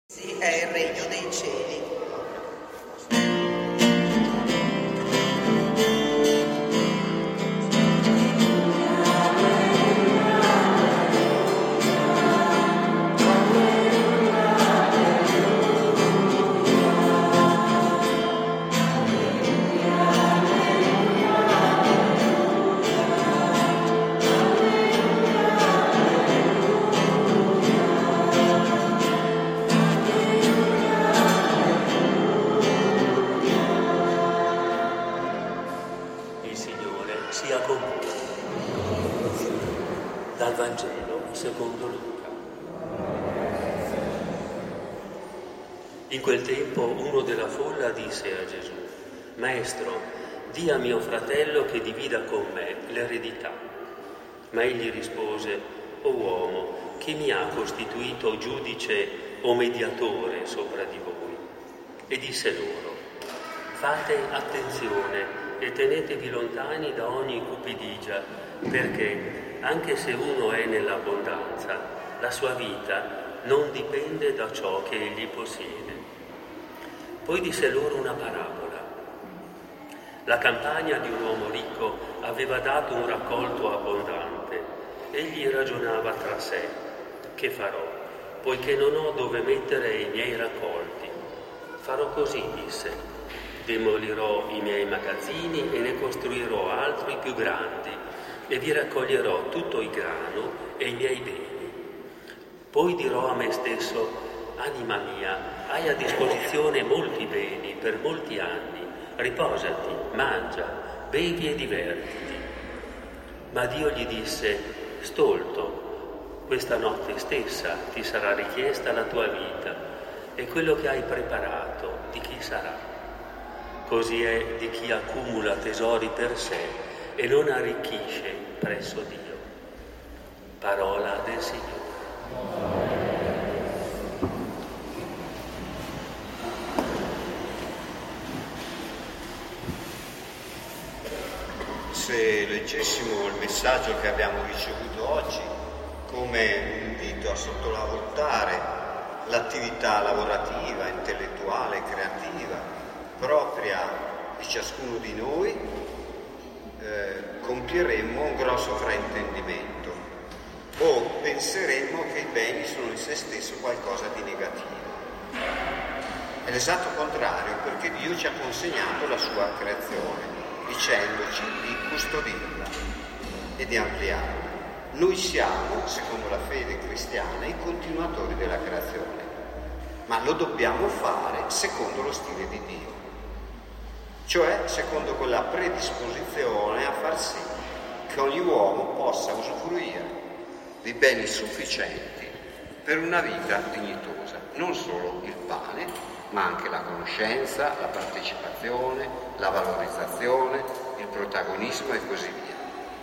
Sì, è il regno dei cieli. Sia con voi. Dal Vangelo secondo Luca. In quel tempo uno della folla disse a Gesù: Maestro, di a mio fratello che divida con me l'eredità. Ma egli rispose: O uomo, chi mi ha costituito giudice o mediatore sopra di voi? E disse loro: Fate attenzione e tenetevi lontani da ogni cupidigia, perché anche se uno è nell'abbondanza, la sua vita non dipende da ciò che egli possiede. Poi disse loro una parabola. La campagna di un uomo ricco aveva dato un raccolto abbondante. Egli ragionava tra sé: che farò, poiché non ho dove mettere i miei raccolti? Farò così, disse. Demolirò i miei magazzini e ne costruirò altri più grandi e vi raccoglierò tutto il grano e i miei beni. Poi dirò a me stesso: anima mia, hai a disposizione molti beni per molti anni, riposati, mangia, bevi e divertiti. Ma Dio gli disse: stolto, questa notte stessa ti sarà richiesta la tua vita e quello che hai preparato di chi sarà? Così è di chi accumula tesori per sé e non arricchisce presso Dio. Parola del Signore. Se leggessimo il messaggio che abbiamo ricevuto oggi come un invito a sottovalutare l'attività lavorativa, intellettuale, creativa propria di ciascuno di noi, compieremmo un grosso fraintendimento o penseremmo che i beni sono in se stesso qualcosa di negativo. È l'esatto contrario, perché Dio ci ha consegnato la sua creazione dicendoci di custodirla e di ampliarla. Noi siamo, secondo la fede cristiana, i continuatori della creazione, ma lo dobbiamo fare secondo lo stile di Dio, cioè secondo quella predisposizione a far sì che ogni uomo possa usufruire di beni sufficienti per una vita dignitosa, non solo il pane, ma anche la conoscenza, la partecipazione, la valorizzazione, il protagonismo e così via.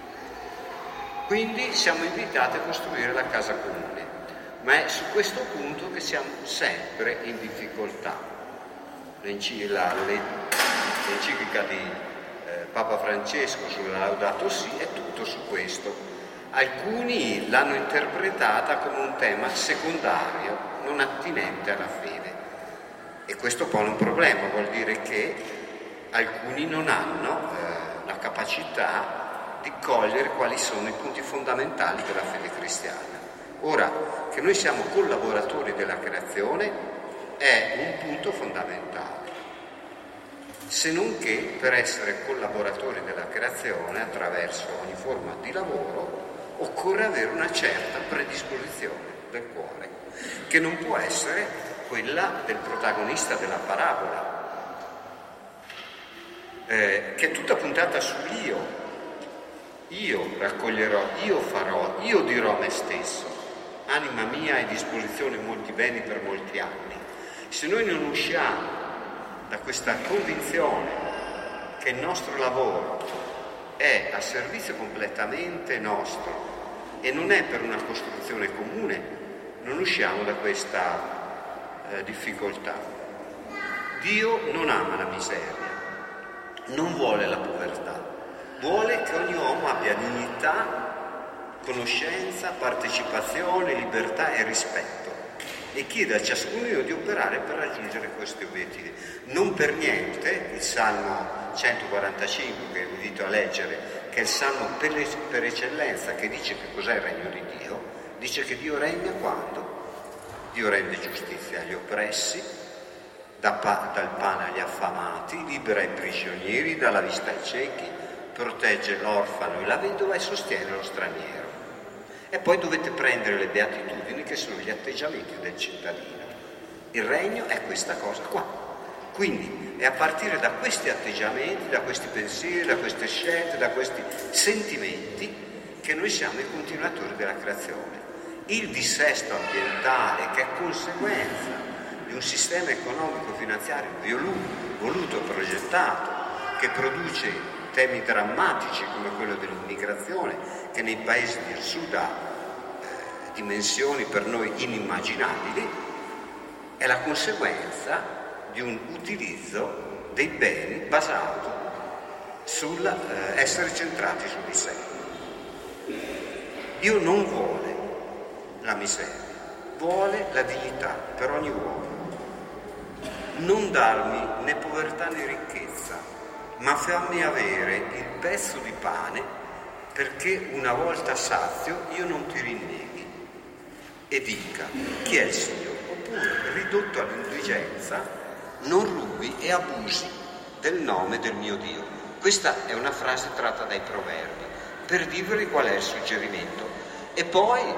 Quindi siamo invitati a costruire la casa comune, ma è su questo punto che siamo sempre in difficoltà. L'enciclica di Papa Francesco sulla Laudato Si è tutto su questo. Alcuni l'hanno interpretata come un tema secondario, non attinente alla fede. E questo pone un problema, vuol dire che alcuni non hanno la capacità di cogliere quali sono i punti fondamentali della fede cristiana. Ora, che noi siamo collaboratori della creazione è un punto fondamentale, se non che per essere collaboratori della creazione attraverso ogni forma di lavoro occorre avere una certa predisposizione del cuore, che non può essere quella del protagonista della parabola, che è tutta puntata sull'io. Io raccoglierò, io farò, io dirò a me stesso: anima mia, hai a disposizione molti beni per molti anni. Se noi non usciamo da questa convinzione che il nostro lavoro è a servizio completamente nostro e non è per una costruzione comune, non usciamo da questa difficoltà. Dio non ama la miseria, non vuole la povertà, vuole che ogni uomo abbia dignità, conoscenza, partecipazione, libertà e rispetto. e chiede a ciascuno di noi di operare per raggiungere questi obiettivi. Non per niente il Salmo 145, che vi invito a leggere, che è il Salmo per eccellenza, che dice che cos'è il regno di Dio, dice che Dio regna quando? Dio rende giustizia agli oppressi, dal pane agli affamati, libera i prigionieri, dà la vista ai ciechi, protegge l'orfano e la vedova e sostiene lo straniero. E poi dovete prendere le beatitudini, che sono gli atteggiamenti del cittadino. Il regno è questa cosa qua. Quindi è a partire da questi atteggiamenti, da questi pensieri, da queste scelte, da questi sentimenti che noi siamo i continuatori della creazione. Il dissesto ambientale, che è conseguenza di un sistema economico-finanziario voluto e progettato, che produce temi drammatici come quello dell'immigrazione, che nei paesi del sud ha dimensioni per noi inimmaginabili, è la conseguenza di un utilizzo dei beni basato sull'essere centrati su di sé. Dio non vuole la miseria, vuole la dignità per ogni uomo. Non darmi né povertà né ricchezza, ma fammi avere il pezzo di pane perché una volta sazio io non ti rinneghi e dica chi è il Signore. Oppure, ridotto all'indigenza, non rubi e abusi del nome del mio Dio. Questa è una frase tratta dai Proverbi, per dirvi qual è il suggerimento. E poi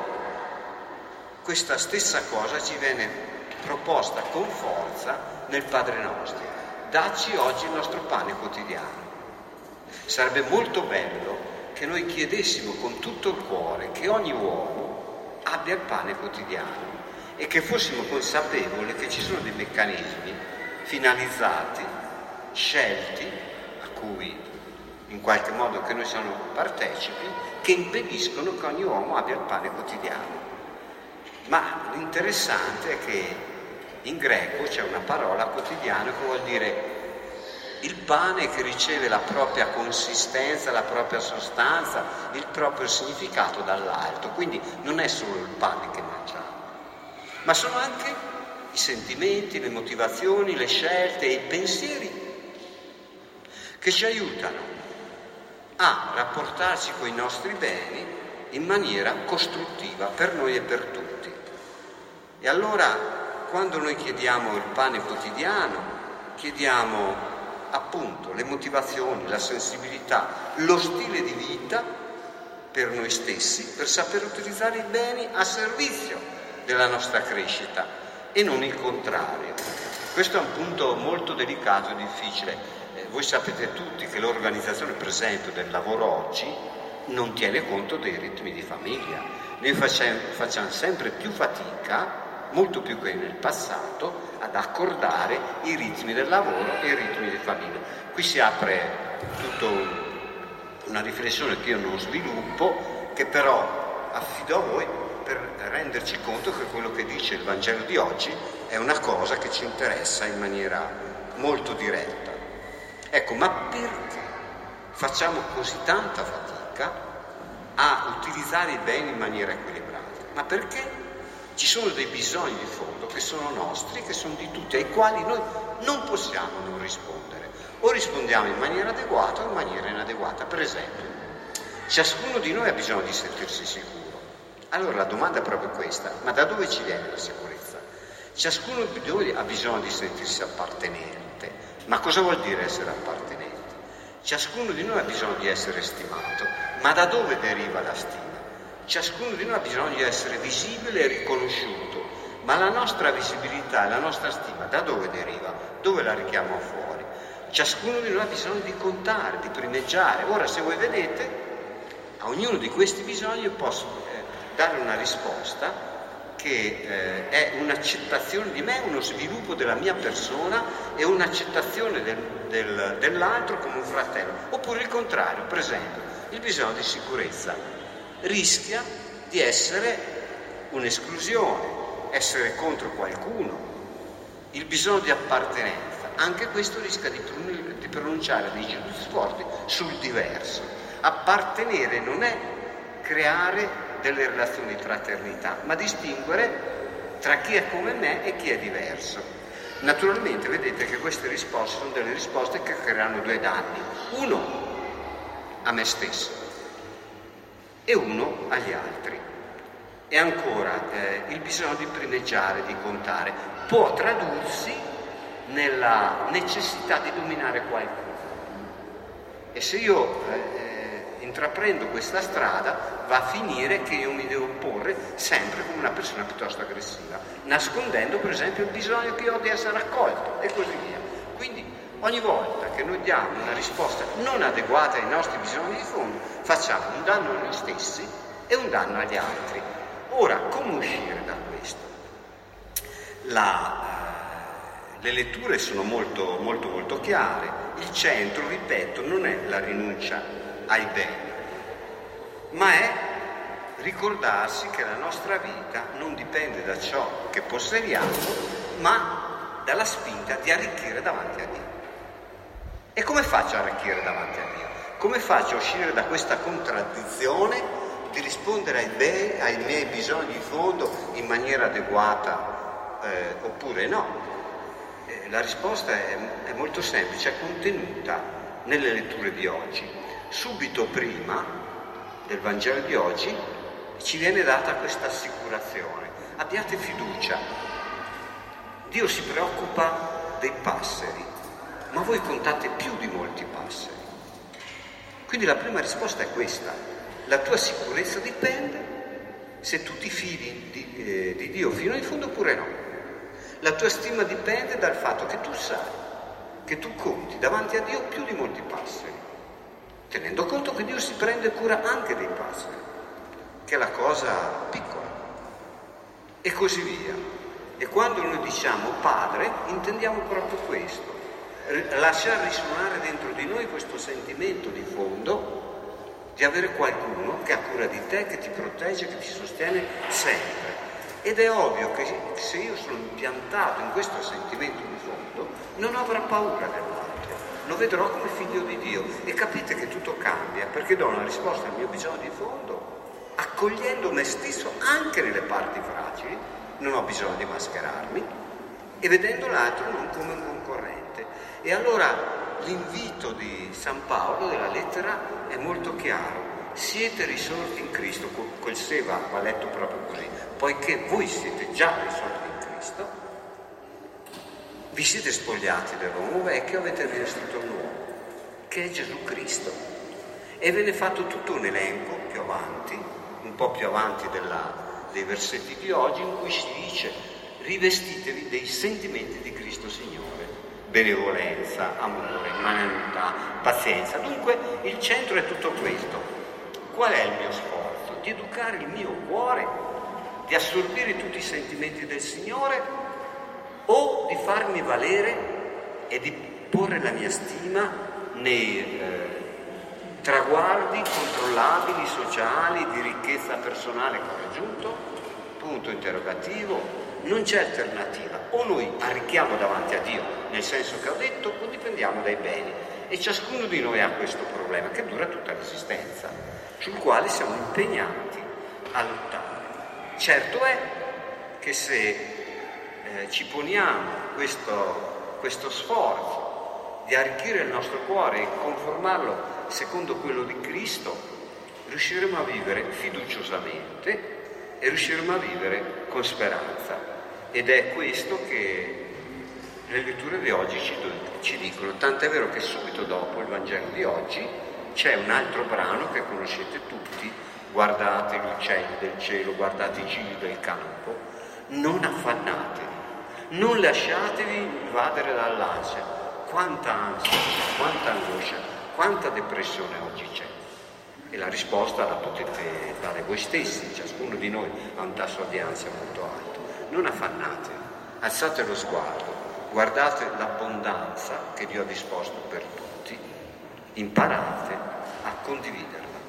questa stessa cosa ci viene proposta con forza nel Padre Nostro. Dacci oggi il nostro pane quotidiano. Sarebbe molto bello che noi chiedessimo con tutto il cuore che ogni uomo abbia il pane quotidiano e che fossimo consapevoli che ci sono dei meccanismi finalizzati, scelti, a cui in qualche modo che noi siamo partecipi, che impediscono che ogni uomo abbia il pane quotidiano. Ma l'interessante è che in greco c'è una parola quotidiano che vuol dire il pane che riceve la propria consistenza, la propria sostanza, il proprio significato dall'alto. Quindi non è solo il pane che mangiamo, ma sono anche i sentimenti, le motivazioni, le scelte e i pensieri che ci aiutano a rapportarci con i nostri beni in maniera costruttiva per noi e per tutti. E allora, quando noi chiediamo il pane quotidiano, chiediamo appunto le motivazioni, la sensibilità, lo stile di vita per noi stessi, per saper utilizzare i beni a servizio della nostra crescita e non il contrario. Questo è un punto molto delicato e difficile. Voi sapete tutti che l'organizzazione, per esempio, del lavoro oggi non tiene conto dei ritmi di famiglia. Noi facciamo sempre più fatica, molto più che nel passato, ad accordare i ritmi del lavoro e i ritmi di famiglia. Qui si apre tutta una riflessione che io non sviluppo, che però affido a voi per renderci conto che quello che dice il Vangelo di oggi è una cosa che ci interessa in maniera molto diretta. Ecco, ma perché facciamo così tanta fatica a utilizzare i beni in maniera equilibrata? Ma perché ci sono dei bisogni di fondo che sono nostri, che sono di tutti, ai quali noi non possiamo non rispondere. O rispondiamo in maniera adeguata o in maniera inadeguata. Per esempio, ciascuno di noi ha bisogno di sentirsi sicuro. Allora la domanda è proprio questa: ma da dove ci viene la sicurezza? Ciascuno di noi ha bisogno di sentirsi appartenente. Ma cosa vuol dire essere appartenenti? Ciascuno di noi ha bisogno di essere stimato. Ma da dove deriva la stima? Ciascuno di noi ha bisogno di essere visibile e riconosciuto. Ma la nostra visibilità e la nostra stima da dove deriva? Dove la richiamo fuori? Ciascuno di noi ha bisogno di contare, di primeggiare. Ora, se voi vedete, a ognuno di questi bisogni io posso dare una risposta che è un'accettazione di me, uno sviluppo della mia persona e un'accettazione dell'altro come un fratello. Oppure il contrario, per esempio, il bisogno di sicurezza rischia di essere un'esclusione, essere contro qualcuno. Il bisogno di appartenenza, anche questo rischia di pronunciare dei giudizi forti sul diverso. Appartenere non è creare delle relazioni di fraternità, ma distinguere tra chi è come me e chi è diverso. Naturalmente vedete che queste risposte sono delle risposte che creeranno due danni. Uno a me stesso e uno agli altri. E ancora il bisogno di primeggiare, di contare, può tradursi nella necessità di dominare qualcuno. E se io intraprendo questa strada, va a finire che io mi devo porre sempre come una persona piuttosto aggressiva, nascondendo per esempio il bisogno che ho di essere accolto e così via. Quindi ogni volta che noi diamo una risposta non adeguata ai nostri bisogni di fondo, facciamo un danno a noi stessi e un danno agli altri. Ora, come uscire da questo? Le letture sono molto chiare. Il centro, ripeto, non è la rinuncia ai beni, ma è ricordarsi che la nostra vita non dipende da ciò che possediamo, ma dalla spinta di arricchire davanti a Dio. E come faccio a arricchire davanti a Dio? Come faccio a uscire da questa contraddizione di rispondere ai miei bisogni di fondo in maniera adeguata oppure no? La risposta è molto semplice, è contenuta nelle letture di oggi. Subito prima del Vangelo di oggi ci viene data questa assicurazione: abbiate fiducia, Dio si preoccupa dei passeri, ma voi contate più di molti passeri. Quindi la prima risposta è questa: la tua sicurezza dipende se tu ti fidi di Dio fino in fondo oppure no. La tua stima dipende dal fatto che tu sai che tu conti davanti a Dio più di molti passeri, tenendo conto che Dio si prende cura anche dei passeri, che è la cosa piccola, e così via. E quando noi diciamo Padre, intendiamo proprio questo: lasciare risuonare dentro di noi questo sentimento di fondo di avere qualcuno che ha cura di te, che ti protegge, che ti sostiene sempre. Ed è ovvio che se io sono impiantato in questo sentimento di fondo, non avrò paura dell'altro, lo vedrò come figlio di Dio. E capite che tutto cambia, perché do una risposta al mio bisogno di fondo, accogliendo me stesso anche nelle parti fragili, non ho bisogno di mascherarmi, e vedendo l'altro non come un concorrente. E allora l'invito di San Paolo, della lettera, è molto chiaro: siete risorti in Cristo. Quel se va letto proprio così: poiché voi siete già risorti in Cristo, vi siete spogliati dell'uomo vecchio, avete rivestito il nuovo, che è Gesù Cristo. E ve ne fatto tutto un elenco più avanti, un po' più avanti dei versetti di oggi, in cui si dice: rivestitevi dei sentimenti di Cristo Signore, benevolenza, amore, magnanimità, pazienza. Dunque il centro è tutto questo. Qual è il mio sforzo? Di educare il mio cuore, di assorbire tutti i sentimenti del Signore, o di farmi valere e di porre la mia stima nei traguardi controllabili, sociali, di ricchezza personale che ho raggiunto? Punto interrogativo. Non c'è alternativa: o noi arricchiamo davanti a Dio nel senso che ho detto, o dipendiamo dai beni. E ciascuno di noi ha questo problema che dura tutta l'esistenza, sul quale siamo impegnati a lottare. Certo è che se ci poniamo questo sforzo di arricchire il nostro cuore e conformarlo secondo quello di Cristo, riusciremo a vivere fiduciosamente e riusciremo a vivere con speranza. Ed è questo che le letture di oggi ci dicono, tant'è vero che subito dopo il Vangelo di oggi c'è un altro brano che conoscete tutti: guardate gli uccelli del cielo, guardate i gigli del campo, non affannatevi, non lasciatevi invadere dall'ansia. Quanta ansia, quanta angoscia, quanta depressione oggi c'è. E la risposta la potete dare voi stessi, ciascuno di noi ha un tasso di ansia molto alto. Non affannatevi, alzate lo sguardo, guardate l'abbondanza che Dio ha disposto per tutti, imparate a condividerla.